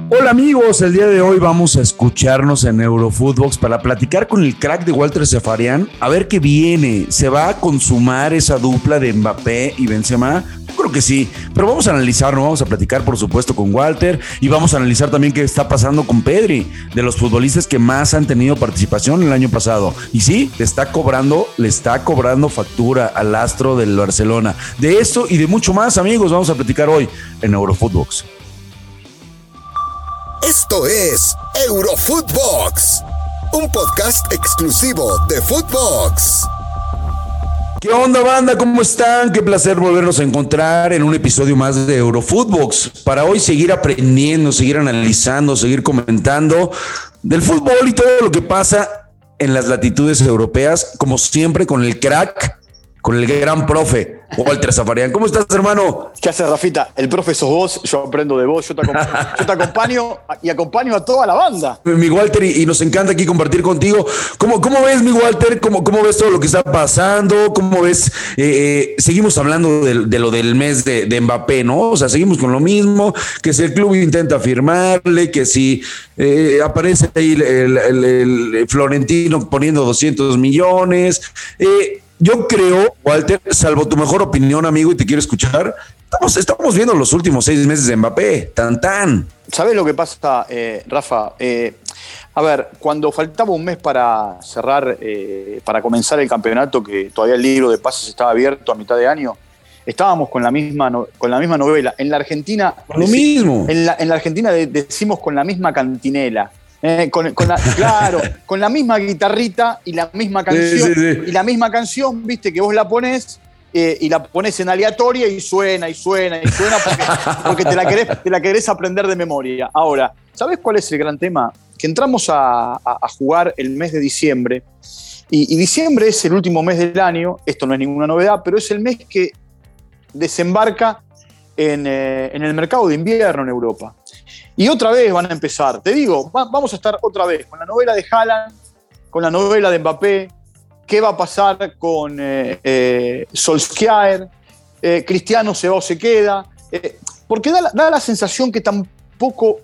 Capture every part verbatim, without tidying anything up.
Hola amigos, el día de hoy vamos a escucharnos en Eurofootbox para platicar con el crack de Walter Safarian, a ver qué viene. ¿Se va a consumar esa dupla de Mbappé y Benzema? Yo creo que sí, pero vamos a analizarlo, vamos a platicar por supuesto con Walter y vamos a analizar también qué está pasando con Pedri, de los futbolistas que más han tenido participación el año pasado. Y sí, le está cobrando, le está cobrando factura al astro del Barcelona. De esto y de mucho más, amigos, vamos a platicar hoy en Eurofootbox. Esto es Eurofootbox, un podcast exclusivo de Footbox. ¿Qué onda, banda? ¿Cómo están? Qué placer volvernos a encontrar en un episodio más de Eurofootbox. Para hoy seguir aprendiendo, seguir analizando, seguir comentando del fútbol y todo lo que pasa en las latitudes europeas, como siempre con el crack, con el gran profe Walter Safarian. ¿Cómo estás, hermano? ¿Qué haces, Rafita? El profe sos vos, yo aprendo de vos, yo te acompaño, yo te acompaño y acompaño a toda la banda. Mi Walter, y, y nos encanta aquí compartir contigo. ¿Cómo, cómo ves, mi Walter? ¿Cómo, cómo ves todo lo que está pasando? ¿Cómo ves? Eh, eh, seguimos hablando de, de lo del mes de, de Mbappé, ¿no? O sea, seguimos con lo mismo, que si el club intenta firmarle, que si eh, aparece ahí el, el, el, el Florentino poniendo doscientos millones. Eh, Yo creo, Walter, salvo tu mejor opinión, amigo, y te quiero escuchar, estamos, estamos viendo los últimos seis meses de Mbappé, tan tan. ¿Sabés lo que pasa, eh, Rafa? Eh, a ver, cuando faltaba un mes para cerrar, eh, para comenzar el campeonato, que todavía el libro de pases estaba abierto a mitad de año, estábamos con la misma, no, con la misma novela. En la Argentina... Lo dec- mismo. En la, en la Argentina de, decimos con la misma cantinela. Eh, con, con la, claro, con la misma guitarrita y la misma canción, sí, sí, sí. y la misma canción, viste, que vos la ponés eh, y la ponés en aleatoria y suena y suena y suena porque, porque te, la querés, te la querés aprender de memoria. Ahora, ¿sabés cuál es el gran tema? Que entramos a, a, a jugar el mes de diciembre y, y diciembre es el último mes del año, esto no es ninguna novedad, pero es el mes que desembarca en, eh, en el mercado de invierno en Europa. Y otra vez van a empezar, te digo, va, vamos a estar otra vez con la novela de Haaland, con la novela de Mbappé, qué va a pasar con eh, eh, Solskjaer, eh, Cristiano se va o se queda, eh, porque da la, da la sensación que tampoco...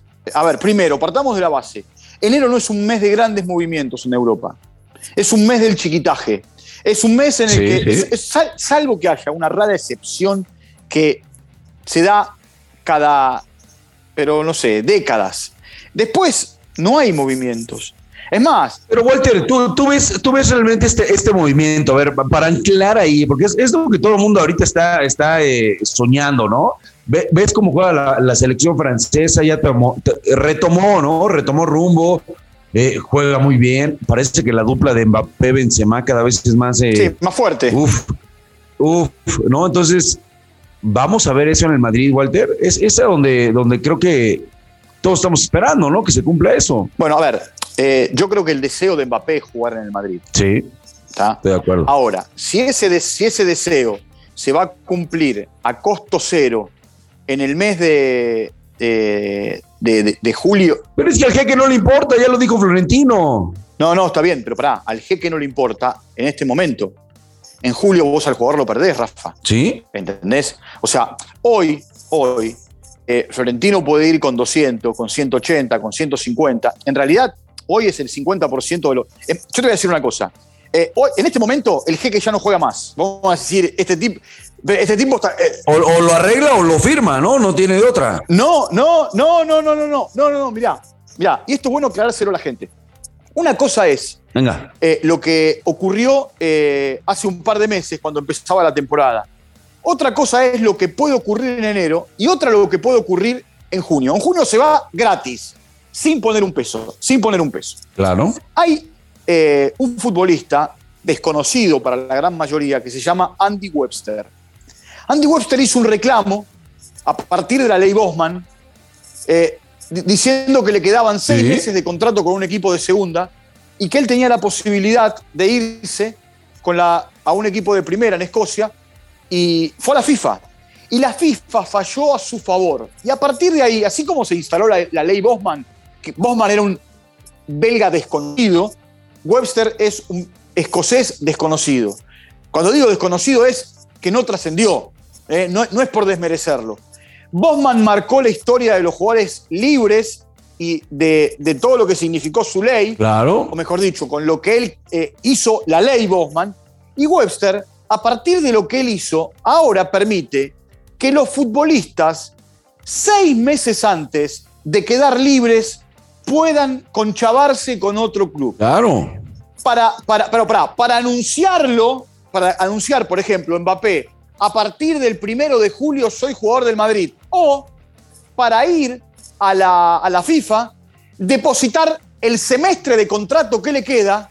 A ver, primero, partamos de la base. Enero no es un mes de grandes movimientos en Europa, es un mes del chiquitaje, es un mes en el sí, que, sí. Es, es, sal, salvo que haya una rara excepción que se da cada... pero no sé, décadas. Después no hay movimientos. Es más... Pero Walter, tú, tú, ves, tú ves realmente este, este movimiento, a ver, para anclar ahí, porque es, es lo que todo el mundo ahorita está, está eh, soñando, ¿no? Ve, ves cómo juega la, la selección francesa, ya tomó, retomó, ¿no? Retomó rumbo, eh, juega muy bien. Parece que la dupla de Mbappé-Benzema cada vez es más... Eh, sí, más fuerte. Uf, uf, ¿no? Entonces... Vamos a ver eso en el Madrid, Walter. Es esa donde, donde creo que todos estamos esperando, ¿no? Que se cumpla eso. Bueno, a ver, eh, yo creo que el deseo de Mbappé es jugar en el Madrid. Sí, ¿está? Estoy de acuerdo. Ahora, si ese, de, si ese deseo se va a cumplir a costo cero en el mes de, de, de, de, de julio... Pero es que al jeque no le importa, ya lo dijo Florentino. No, no, está bien, pero pará, al jeque no le importa en este momento. En julio vos al jugador lo perdés, Rafa. ¿Sí? ¿Entendés? O sea, hoy, hoy, eh, Florentino puede ir con doscientos, con ciento ochenta, con ciento cincuenta. En realidad, hoy es el cincuenta por ciento de lo... Eh, yo te voy a decir una cosa. Eh, hoy, en este momento, el jeque ya no juega más. Vamos a decir, este tipo... Este tipo está... Eh, o, o lo arregla o lo firma, ¿no? No tiene de otra. No, no, no, no, no, no, no, no, no, no, mirá, mirá. Y esto es bueno aclarárselo a la gente. Una cosa es Venga. Eh, lo que ocurrió eh, hace un par de meses cuando empezaba la temporada. Otra cosa es lo que puede ocurrir en enero y otra lo que puede ocurrir en junio. En junio se va gratis, sin poner un peso, sin poner un peso. Claro. Hay eh, un futbolista desconocido para la gran mayoría que se llama Andy Webster. Andy Webster hizo un reclamo a partir de la ley Bosman eh, diciendo que le quedaban seis ¿Sí? meses de contrato con un equipo de segunda y que él tenía la posibilidad de irse con la, a un equipo de primera en Escocia, y fue a la FIFA. Y la FIFA falló a su favor. Y a partir de ahí, así como se instaló la, la ley Bosman, que Bosman era un belga desconocido, Webster es un escocés desconocido. Cuando digo desconocido es que no trascendió, eh, no, no es por desmerecerlo. Bosman marcó la historia de los jugadores libres y de, de todo lo que significó su ley. Claro. O mejor dicho, con lo que él eh, hizo la ley Bosman. Y Webster, a partir de lo que él hizo, ahora permite que los futbolistas, seis meses antes de quedar libres, puedan conchavarse con otro club. Claro. Para, para, para, para, para anunciarlo, para anunciar, por ejemplo, Mbappé, a partir del primero de julio soy jugador del Madrid. O para ir a la, a la FIFA, depositar el semestre de contrato que le queda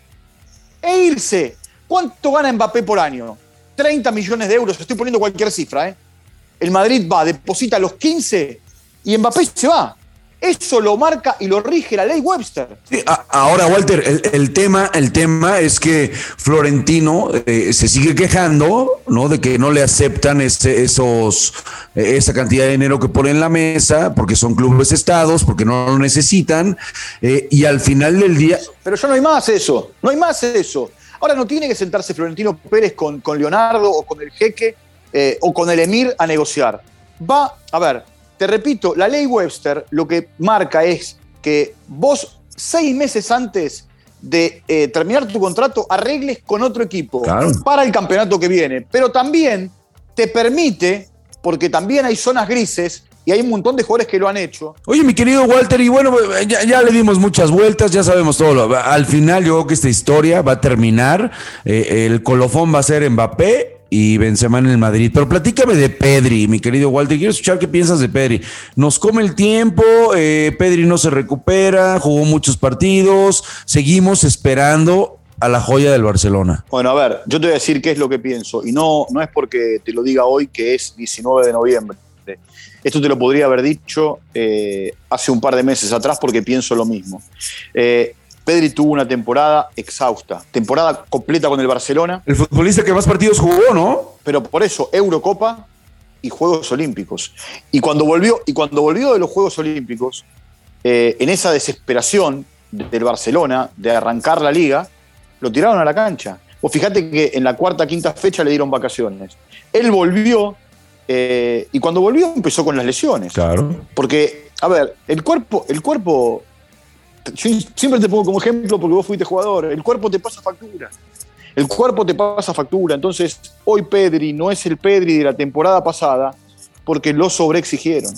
e irse. ¿Cuánto gana Mbappé por año? treinta millones de euros, estoy poniendo cualquier cifra. ¿eh? El Madrid va, deposita los quince y Mbappé se va. Eso lo marca y lo rige la ley Webster. Sí, a, ahora, Walter, el, el, tema, el tema es que Florentino eh, se sigue quejando, ¿no? De que no le aceptan ese, esos, eh, esa cantidad de dinero que pone en la mesa, porque son clubes estados, porque no lo necesitan, eh, y al final del día... Pero ya no hay más eso, no hay más eso. Ahora no tiene que sentarse Florentino Pérez con, con Leonardo o con el jeque eh, o con el emir a negociar. Va, a ver... Te repito, la ley Webster lo que marca es que vos seis meses antes de eh, terminar tu contrato arregles con otro equipo claro. para el campeonato que viene. Pero también te permite, porque también hay zonas grises y hay un montón de jugadores que lo han hecho. Oye, mi querido Walter, y bueno, ya, ya le dimos muchas vueltas, ya sabemos todo. Lo, al final yo creo que esta historia va a terminar. Eh, el colofón va a ser Mbappé y Benzema en el Madrid. Pero platícame de Pedri, mi querido Walter. Quiero escuchar qué piensas de Pedri. Nos come el tiempo, eh, Pedri no se recupera, jugó muchos partidos, seguimos esperando a la joya del Barcelona. Bueno, a ver, yo te voy a decir qué es lo que pienso. Y no, no es porque te lo diga hoy, que es diecinueve de noviembre. Esto te lo podría haber dicho eh, hace un par de meses atrás porque pienso lo mismo. Eh, Pedri tuvo una temporada exhausta, temporada completa con el Barcelona. El futbolista que más partidos jugó, ¿no? Pero por eso, Eurocopa y Juegos Olímpicos. Y cuando volvió, y cuando volvió de los Juegos Olímpicos, eh, en esa desesperación del Barcelona de arrancar la liga, lo tiraron a la cancha. Vos fijate que en la cuarta, quinta fecha le dieron vacaciones. Él volvió, eh, y cuando volvió empezó con las lesiones. Claro. Porque, a ver, el cuerpo... El cuerpo Yo siempre te pongo como ejemplo porque vos fuiste jugador. El cuerpo te pasa factura. El cuerpo te pasa factura. Entonces, hoy Pedri no es el Pedri de la temporada pasada porque lo sobreexigieron.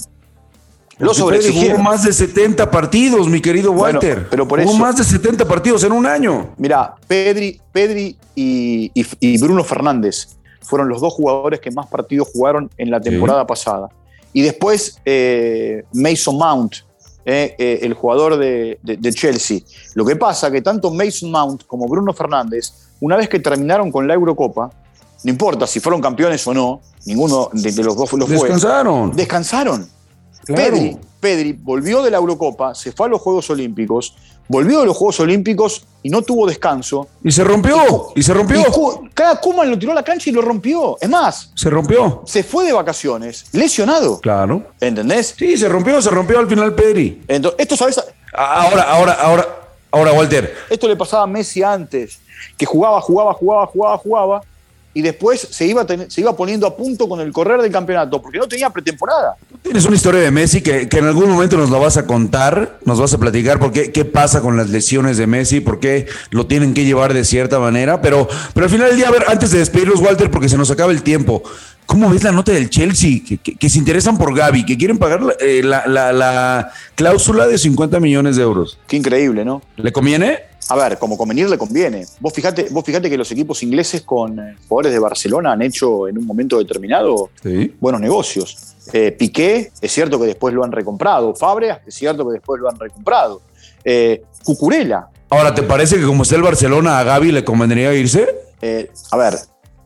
Lo sobreexigieron. Jugó más de setenta partidos, mi querido Walter. Bueno, pero por jugó eso, más de setenta partidos en un año. Mirá, Pedri, Pedri y, y, y Bruno Fernández fueron los dos jugadores que más partidos jugaron en la temporada sí. pasada. Y después eh, Mason Mount, Eh, eh, el jugador de, de, de Chelsea. Lo que pasa que tanto Mason Mount como Bruno Fernández, una vez que terminaron con la Eurocopa, no importa si fueron campeones o no, ninguno de, de los dos los fue. Descansaron. Descansaron. Claro. Pedri, Pedri volvió de la Eurocopa, se fue a los Juegos Olímpicos, volvió de los Juegos Olímpicos y no tuvo descanso. Y se rompió, y, y se rompió. Y cada Koeman lo tiró a la cancha y lo rompió. Es más, se rompió. Se fue de vacaciones, lesionado. Claro. ¿Entendés? Sí, se rompió, se rompió al final Pedri. Entonces, esto, ¿sabes? Ahora, ahora, ahora, ahora, Walter. Esto le pasaba a Messi antes, que jugaba, jugaba, jugaba, jugaba, jugaba, y después se iba, ten, se iba poniendo a punto con el correr del campeonato, porque no tenía pretemporada. Tú tienes una historia de Messi que, que en algún momento nos la vas a contar, nos vas a platicar por qué, qué pasa con las lesiones de Messi, por qué lo tienen que llevar de cierta manera, pero, pero al final del día, a ver, antes de despedirnos, Walter, porque se nos acaba el tiempo, ¿cómo ves la nota del Chelsea? Que, que, que se interesan por Gavi, que quieren pagar eh, la, la, la cláusula de cincuenta millones de euros. Qué increíble, ¿no? ¿Le conviene? A ver, como convenir le conviene. Vos fijate, vos fijate que los equipos ingleses con eh, jugadores de Barcelona han hecho en un momento determinado sí. buenos negocios. Eh, Piqué, es cierto que después lo han recomprado. Fabregas, es cierto que después lo han recomprado. Eh, Cucurella. Ahora, ¿te parece que como está el Barcelona, a Gavi le convendría irse? Eh, a ver,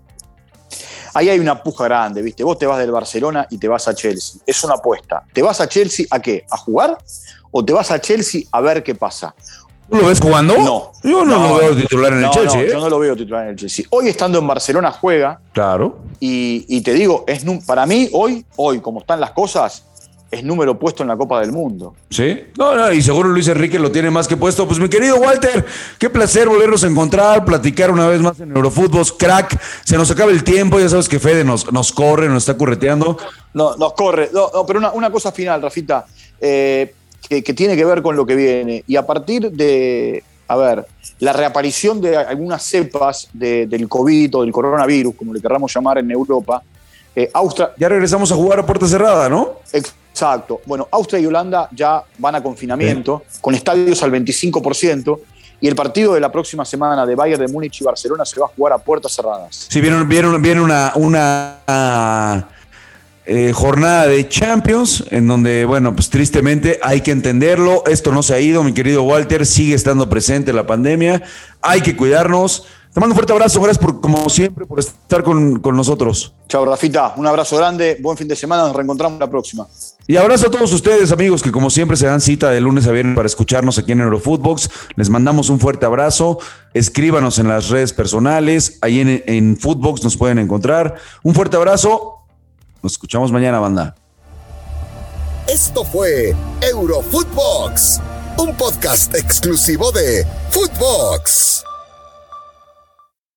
ahí hay una puja grande, ¿viste? Vos te vas del Barcelona y te vas a Chelsea. Es una apuesta. ¿Te vas a Chelsea a qué? ¿A jugar? ¿O te vas a Chelsea a ver qué pasa? ¿Tú lo ves jugando? No. Yo no, no lo veo titular en no, el Chelsea. No, ¿eh? yo no lo veo titular en el Chelsea. Hoy estando en Barcelona juega. Claro. Y, y te digo, es, para mí hoy, hoy, como están las cosas, es número puesto en la Copa del Mundo. Sí, no, no, y seguro Luis Enrique lo tiene más que puesto. Pues mi querido Walter, qué placer volvernos a encontrar, platicar una vez más en Eurofutbox. Crack, se nos acaba el tiempo, ya sabes que Fede nos, nos corre, nos está correteando. No, nos corre, no, no, pero una, una cosa final, Rafita, eh, que, que tiene que ver con lo que viene. Y a partir de, a ver, la reaparición de algunas cepas de, del COVID o del coronavirus, como le querramos llamar en Europa, eh, Austria... Ya regresamos a jugar a puerta cerrada, ¿no? Exacto. Bueno, Austria y Holanda ya van a confinamiento, sí, con estadios al veinticinco por ciento, y el partido de la próxima semana de Bayern de Múnich y Barcelona se va a jugar a puertas cerradas. Sí, viene, viene, viene una, una eh, jornada de Champions, en donde, bueno, pues tristemente hay que entenderlo, esto no se ha ido, mi querido Walter, sigue estando presente la pandemia, hay que cuidarnos. Te mando un fuerte abrazo, gracias por, como siempre, por estar con, con nosotros. Chao, Rafita, un abrazo grande, buen fin de semana, nos reencontramos la próxima. Y abrazo a todos ustedes, amigos, que como siempre se dan cita de lunes a viernes para escucharnos aquí en Eurofutbox. Les mandamos un fuerte abrazo, escríbanos en las redes personales, ahí en, en Footbox nos pueden encontrar. Un fuerte abrazo, nos escuchamos mañana, banda. Esto fue Eurofutbox, un podcast exclusivo de Footbox.